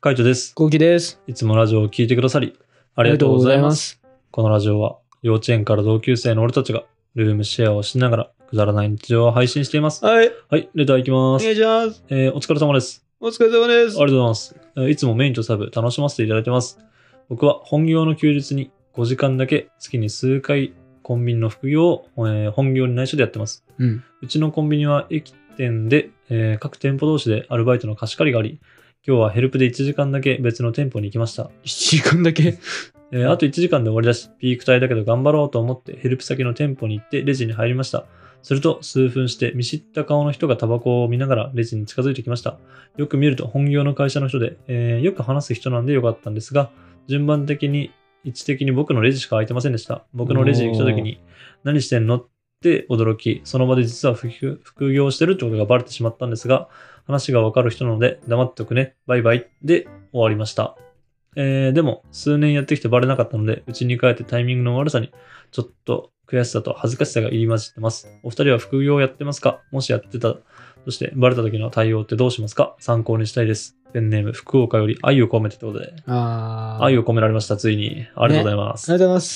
カイトです。 こうきです。 いつもラジオを聞いてくださり、ありがとうございます。このラジオは、幼稚園から同級生の俺たちが、ルームシェアをしながら、くだらない日常を配信しています。 はい。 はい、レターいきます。 お願いします。 お疲れ様です。 お疲れ様です。 ありがとうございます。いつもメインとサブ楽しませていただいてます。僕は本業の休日に5時間だけ月に数回コンビニの副業を、本業に内緒でやってます。うちのコンビニは駅店で、各店舗同士でアルバイトの貸し借りがあり、今日はヘルプで1時間だけ別の店舗に行きました。 1時間だけあと1時間で終わりだし、ピーク帯だけど頑張ろうと思ってヘルプ先の店舗に行ってレジに入りました。すると数分して見知った顔の人がタバコを見ながらレジに近づいてきました。よく見ると本業の会社の人で、よく話す人なんでよかったんですが、順番的に位置的に僕のレジしか空いてませんでした。僕のレジに来た時に何してんのって驚き、その場で実は副業してるってことがバレてしまったんですが、話がわかる人なので黙っておくね、バイバイで終わりました。でも数年やってきてバレなかったので、うちに帰ってタイミングの悪さにちょっと悔しさと恥ずかしさが入り混じってます。お二人は副業をやってますか？もしやってたとしてバレた時の対応ってどうしますか？参考にしたいです。ペンネーム福岡より愛を込めてってことで。愛を込められました、ついに。ありがとうございます。 ありがとうございます。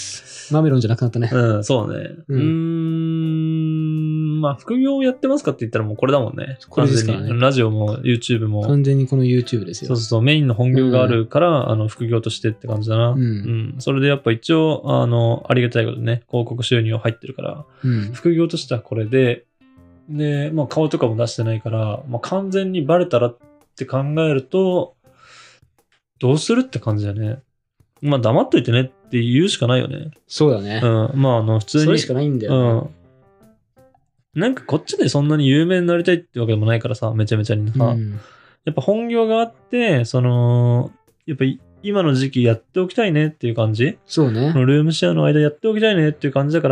マメロンじゃなくなったね。 そうね。まあ、副業をやってますかって言ったらもうこれだもんね。 これですからね。 ラジオも YouTube も。 完全にこの YouTube ですよ。 そう、メインの本業があるから、副業としてって感じだな。それでやっぱ一応、ありがたいことね、広告収入入ってるから、副業としてはこれで、まあ顔とかも出してないから、まあ完全にバレたらって考えると、どうするって感じだね。まあ黙っといてねって言うしかないよね。 そうだね。 まあ普通に。 それしかないんだよ。 なんかこっちでそんなに有名になりたいってわけでもないからさ、めちゃめちゃにさ。やっぱ本業があって、やっぱ今の時期やっておきたいねっていう感じ。 そうね。 ルームシェアの間やっておきたいねっていう感じだから、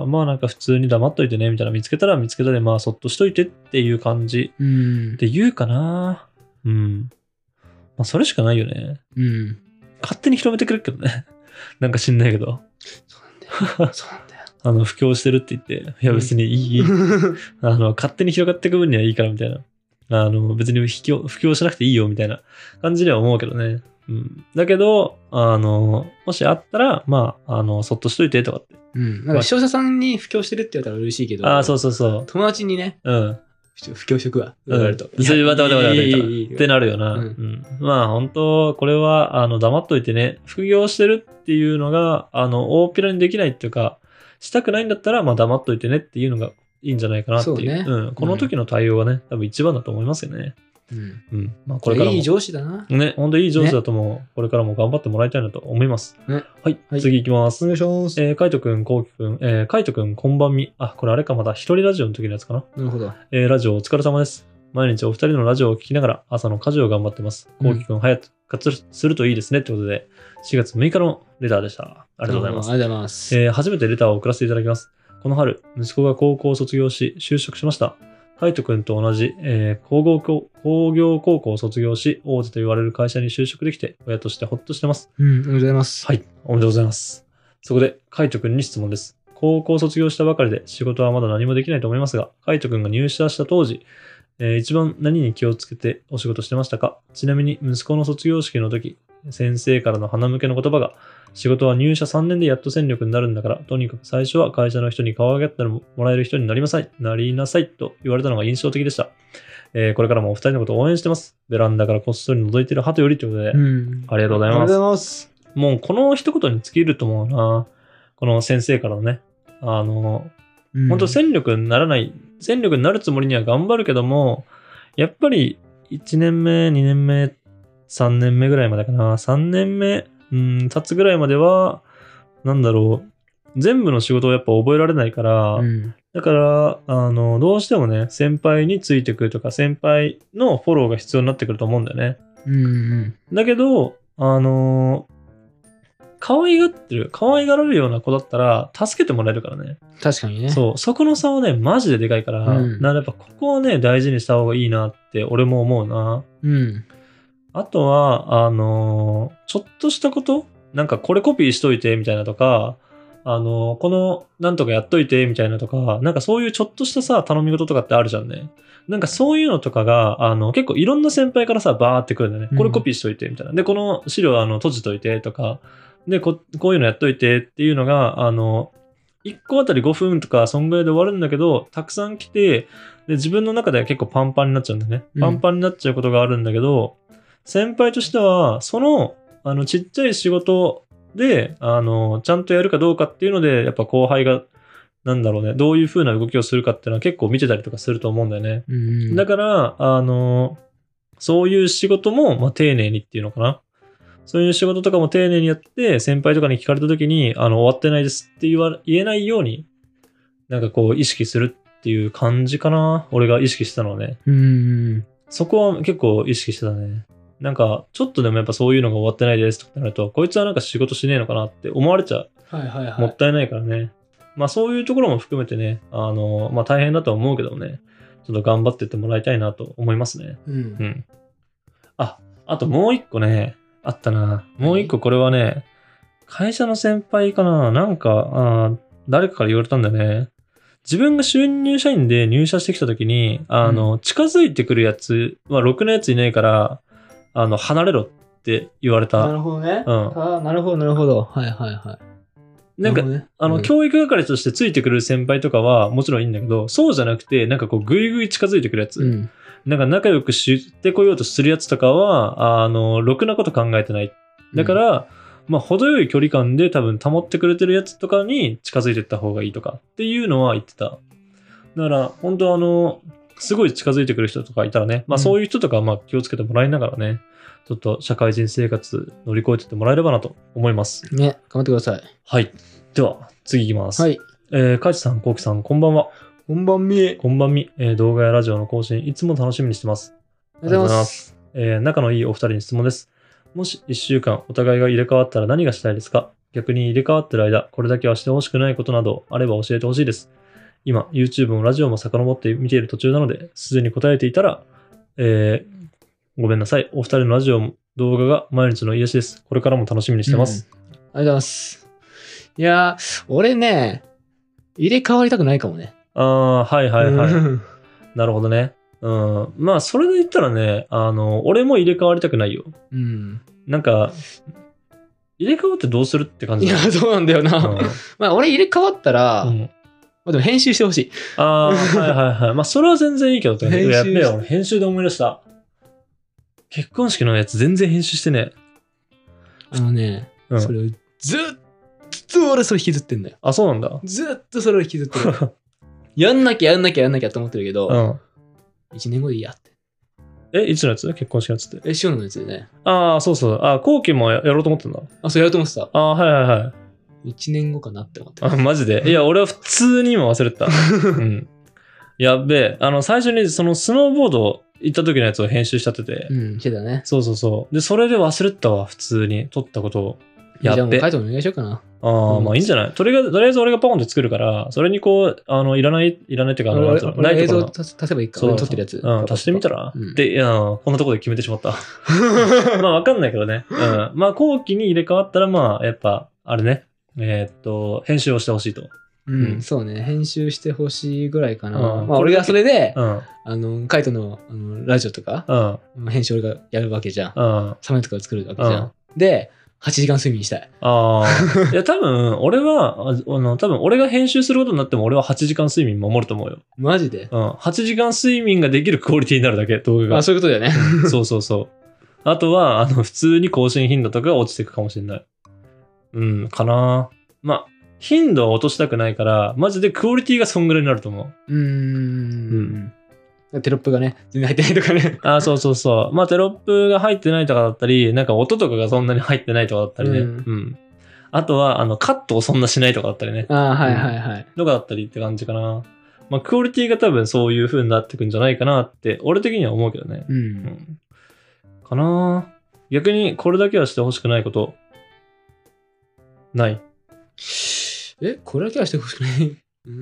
まあなんか普通に黙っといてねみたいな、見つけたら見つけたで、まあそっとしといてっていう感じで言うかな。まあそれしかないよね。勝手に広めてくれるけどね。なんか知んないけど。 そうなんだよ。 布教してるって言って、いや別にいい。勝手に広がっていく分にはいいからみたいな。別に布教しなくていいよみたいな感じでは思うけどね。だけど、もしあったら、まあ、そっとしといてとかって。 なんか視聴者さんに布教してるって言われたら嬉しいけど。 そう。 友達にね。布教職は言われると。 それ待てってなるよな。まあ本当、これは、黙っといてね、副業してるっていうのが、大っぴらにできないっていうか、したくないんだったら、まあ黙っといてねっていうのがいいんじゃないかなっていう。 そうね。 この時の対応がね、多分一番だと思いますよね。まあこれからも。 いい上司だな。 ね、本当にいい上司だと思う。これからも頑張ってもらいたいなと思います。はい、次行きます。 お願いします。 カイトくん、コウキくん、カイトくん、こんばんみ。これあれか、まだ一人ラジオの時のやつかな。 なるほど。 ラジオお疲れ様です。毎日お二人のラジオを聞きながら朝の家事を頑張ってます。コウキくん、早く活躍するといいですね。ってことで、4月6日のレターでした。ありがとうございます。 ありがとうございます。 初めてレターを送らせていただきます。この春、息子が高校を卒業し、就職しました。カイト君と同じ、工業高校を卒業し、大手と言われる会社に就職できて、親としてほっとしてます。 おめでとうございます。 はい、おめでとうございます。そこで、カイト君に質問です。高校を卒業したばかりで仕事はまだ何もできないと思いますが、カイト君が入社した当時、一番何に気をつけてお仕事してましたか？ちなみに息子の卒業式の時、先生からの鼻向けの言葉が、仕事は入社3年でやっと戦力になるんだから、とにかく最初は会社の人に可愛がってもらえる人になりなさいと言われたのが印象的でした。これからもお二人のことを応援してます。ベランダからこっそり覗いてる鳩よりということで、ありがとうございます。 ありがとうございます。 もうこの一言に尽きると思うな。この先生からのね、本当戦力になるつもりには頑張るけども、やっぱり1年目、2年目、3年目ぐらいまでかな。3年目、経つぐらいまでは、全部の仕事をやっぱ覚えられないから、だから、どうしてもね、先輩についてくるとか、先輩のフォローが必要になってくると思うんだよね。だけど、可愛がられるような子だったら、助けてもらえるからね。 確かにね。 そこの差はね、マジででかいから、やっぱここをね、大事にした方がいいなって、俺も思うな。あとは、ちょっとしたことなんかこれコピーしといてみたいなとか、 このなんとかやっといてみたいなとか、なんかそういうちょっとしたさ、頼み事とかってあるじゃんね。なんかそういうのとかが、結構いろんな先輩からさ、バーってくるんだよね。これコピーしといて、みたいな。で、この資料閉じといてとか、で、こういうのやっといてっていうのが、1個あたり5分とか、そんぐらいで終わるんだけど、たくさん来て、で、自分の中では結構パンパンになっちゃうんだよね。パンパンになっちゃうことがあるんだけど、先輩としては、その、ちっちゃい仕事で、ちゃんとやるかどうかっていうので、やっぱ後輩が、なんだろうね、どういう風な動きをするかっていうのは結構見てたりとかすると思うんだよね。だから、そういう仕事も、まあ、丁寧にっていうのかな。そういう仕事とかも丁寧にやって、先輩とかに聞かれた時に、終わってないですって言えないように、なんかこう、意識するっていう感じかな。俺が意識したのはね。そこは結構意識してたね。なんか、ちょっとでもやっぱそういうのが終わってないですとかなると、こいつはなんか仕事しねえのかなって思われちゃう。もったいないからね。まあそういうところも含めてね、まあ大変だとは思うけどね、ちょっと頑張ってってもらいたいなと思いますね。あともう一個ね、あったな。もう一個これはね、会社の先輩かな、なんか、誰かから言われたんだよね。自分が新入社員で入社してきた時に、近づいてくるやつ、まあ、ろくなやついないから、離れろって言われた。 なるほどね。なるほど、なるほど。はいはいはい。 なんか、教育係としてついてくる先輩とかはもちろんいいんだけど、そうじゃなくて、なんかこう、ぐいぐい近づいてくるやつ。なんか仲良くしてこようとするやつとかは、ろくなこと考えてない。だから、まあ、程よい距離感で多分保ってくれてるやつとかに近づいていった方がいいとかっていうのは言ってた。だから、本当すごい近づいてくる人とかいたらね、まあそういう人とかはまあ気をつけてもらいながらね、ちょっと社会人生活乗り越えてってもらえればなと思います。 ね、頑張ってください。 はい。では、次行きます。 はい。 かいちさん、こうきさん、こんばんは。 こんばんみ。 こんばんみ。動画やラジオの更新、いつも楽しみにしてます。 ありがとうございます。 仲のいいお二人に質問です。もし1週間お互いが入れ替わったら何がしたいですか？逆に入れ替わってる間、これだけはしてほしくないことなどあれば教えてほしいです。今、YouTube もラジオも遡って見ている途中なので、すでに答えていたら、ごめんなさい。お二人のラジオも動画が毎日の癒しです。これからも楽しみにしてます。 ありがとうございます。いやー、俺ね、入れ替わりたくないかもね。 はいはいはい。なるほどね。まあ、それで言ったらね、俺も入れ替わりたくないよ。なんか、入れ替わってどうするって感じ。 いや、そうなんだよな。まあ、俺入れ替わったら、まあでも編集してほしい。 はいはいはい。まあ、それは全然いいけど、やっべえよ、俺編集で思い出した。結婚式のやつ全然編集してね。 それをずっと俺それ引きずってんだよ。 あ、そうなんだ。 ずっとそれを引きずってる。やんなきゃと思ってるけど、1年後でいいやって。 いつのやつ？結婚式のやつって。 塩野のやつでね。 そうそう。後期もやろうと思ってんだ。 そうやろうと思ってた。 はいはいはい。 1年後かなって思って。 マジで？いや、俺は普通に今忘れてた。やっべえ。最初にそのスノーボード行った時のやつを編集しちゃってて。 してたね。 そうそうそう。で、それで忘れてたわ、普通に撮ったことを。 じゃあもうカイトお願いしようかな。 まあいいんじゃない？とりあえず俺がポンって作るから、それにこう、いらないっていうか、ないところ。 映像足せばいいか。撮ってるやつ。 足してみたら？で、こんなところで決めてしまった。まあわかんないけどね。まあ後期に入れ替わったら、まあやっぱ、あれね。編集をしてほしいと。 そうね。編集してほしいぐらいかな。まあ俺がそれで、カイトのラジオとか、編集俺がやるわけじゃん。サムネとか作るわけじゃん。で、8時間睡眠したい。 いや、多分俺が編集することになっても俺は8時間睡眠守ると思うよ。 マジで 8時間睡眠ができるクオリティになるだけ、動画が。 そういうことだよね。 そうそうそう。あとは、普通に更新頻度とかが落ちていくかもしれない。かな。まあ、頻度は落としたくないから、マジでクオリティがそんぐらいになると思う。 テロップがね、全然入ってないとかね。 そうそうそう。まあテロップが入ってないとかだったり、なんか音とかがそんなに入ってないとかだったりね。あとは、カットをそんなしないとかだったりね。 はいはいはい。 とかだったりって感じかな。まあクオリティが多分そういう風になってくんじゃないかなって、俺的には思うけどね。かな。逆にこれだけはしてほしくないこと、ない？ これだけはしてほしくない。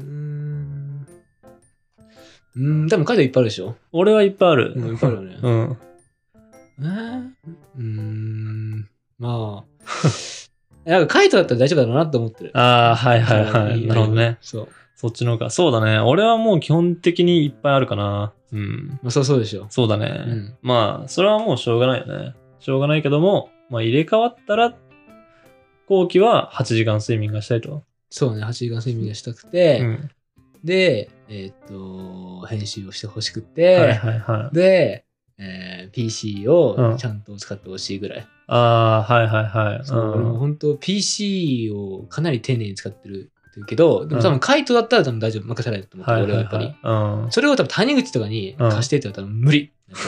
多分カイトいっぱいあるでしょ？ 俺はいっぱいある。 いっぱいあるよね。まあ。 なんかカイトだったら大丈夫だろうなと思ってる。 ああ、はいはいはい。なるほどね。 そう。 そっちの方が。そうだね。俺はもう基本的にいっぱいあるかな。うん。 まあそうでしょ。 そうだね。まあ、それはもうしょうがないよね。しょうがないけども、まあ入れ替わったら、後期は8時間睡眠がしたいと。 そうね、8時間睡眠がしたくて、で、編集をしてほしくて、 はいはいはい。 で、PC をちゃんと使ってほしいぐらい。 ああ、はいはいはい。 そう、俺も本当 PC をかなり丁寧に使ってるけど、でも多分カイトだったら多分大丈夫、任せられると思って、俺はやっぱり。それを多分谷口とかに貸してって言ったら多分無理。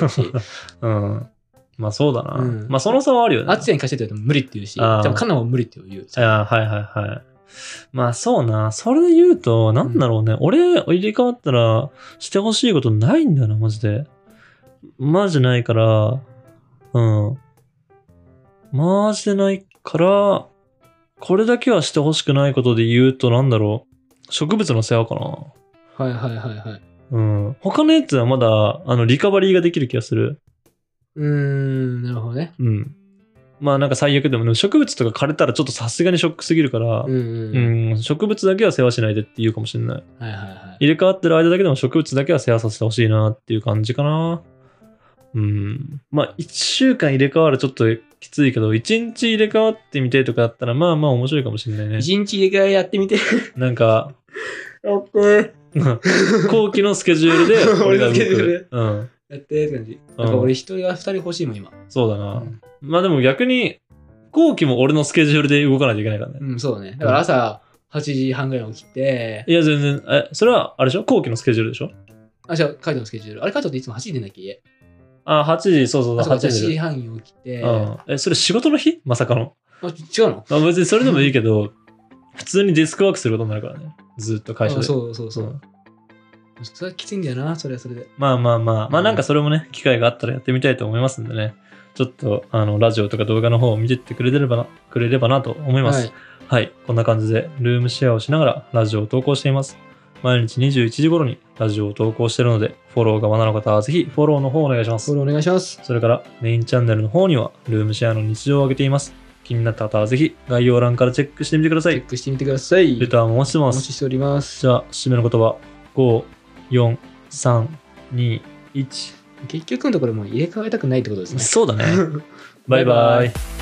まあそうだな。まあその差はあるよね。 アツヤに貸してって言ったら無理って言うし、多分カナも無理って言う。 はいはいはい。まあそうな。それで言うと、なんだろうね。俺、入れ替わったらしてほしいことないんだよな、マジで。マジないから、マジでないから、これだけはしてほしくないことで言うと、なんだろう。植物の世話かな。 はいはいはいはい。 他のやつはまだ、リカバリーができる気がする。 なるほどね。 まあなんか最悪でも、植物とか枯れたらちょっとさすがにショックすぎるから、植物だけは世話しないでって言うかもしれない。入れ替わってる間だけでも植物だけは世話させてほしいなっていう感じかな。まあ1週間入れ替わるちょっときついけど、1日入れ替わってみてとかだったら、まあまあ面白いかもしれないね。 1日入れ替えやってみて。 なんか、後期のスケジュールで俺が動く。 やってって感じ。なんか俺一人が2人欲しいもん今。 そうだな。まあでも逆に、後期も俺のスケジュールで動かないといけないからね。 そうね。だから朝8時半ぐらいに起きて。 いや全然、それはあれでしょ？後期のスケジュールでしょ？ じゃあカイトのスケジュール。あれカイトっていつも8時出んだっけ家。 8時、そう、 8時半に起きて。 それ仕事の日？まさかの。 違うの？ 別にそれでもいいけど、普通にデスクワークすることになるからね。ずっと会社で。 そう。それはきついんだよな、それはそれで。 まあなんかそれもね、機会があったらやってみたいと思いますんでね。ちょっと、ラジオとか動画の方を見てってくれればなと思います。はい。こんな感じで、ルームシェアをしながらラジオを投稿しています。毎日21時頃にラジオを投稿しているので、フォローがまだの方はぜひフォローの方をお願いします。 フォローお願いします。 それからメインチャンネルの方にはルームシェアの日常を上げています。気になった方はぜひ概要欄からチェックしてみてください。 チェックしてみてください。 レターもお待ちしてます。 お待ちしております。 じゃあ、締めの言葉。5、4、3、2、1。 結局のところもう入れ替えたくないってことですね。 そうだね。バイバイ。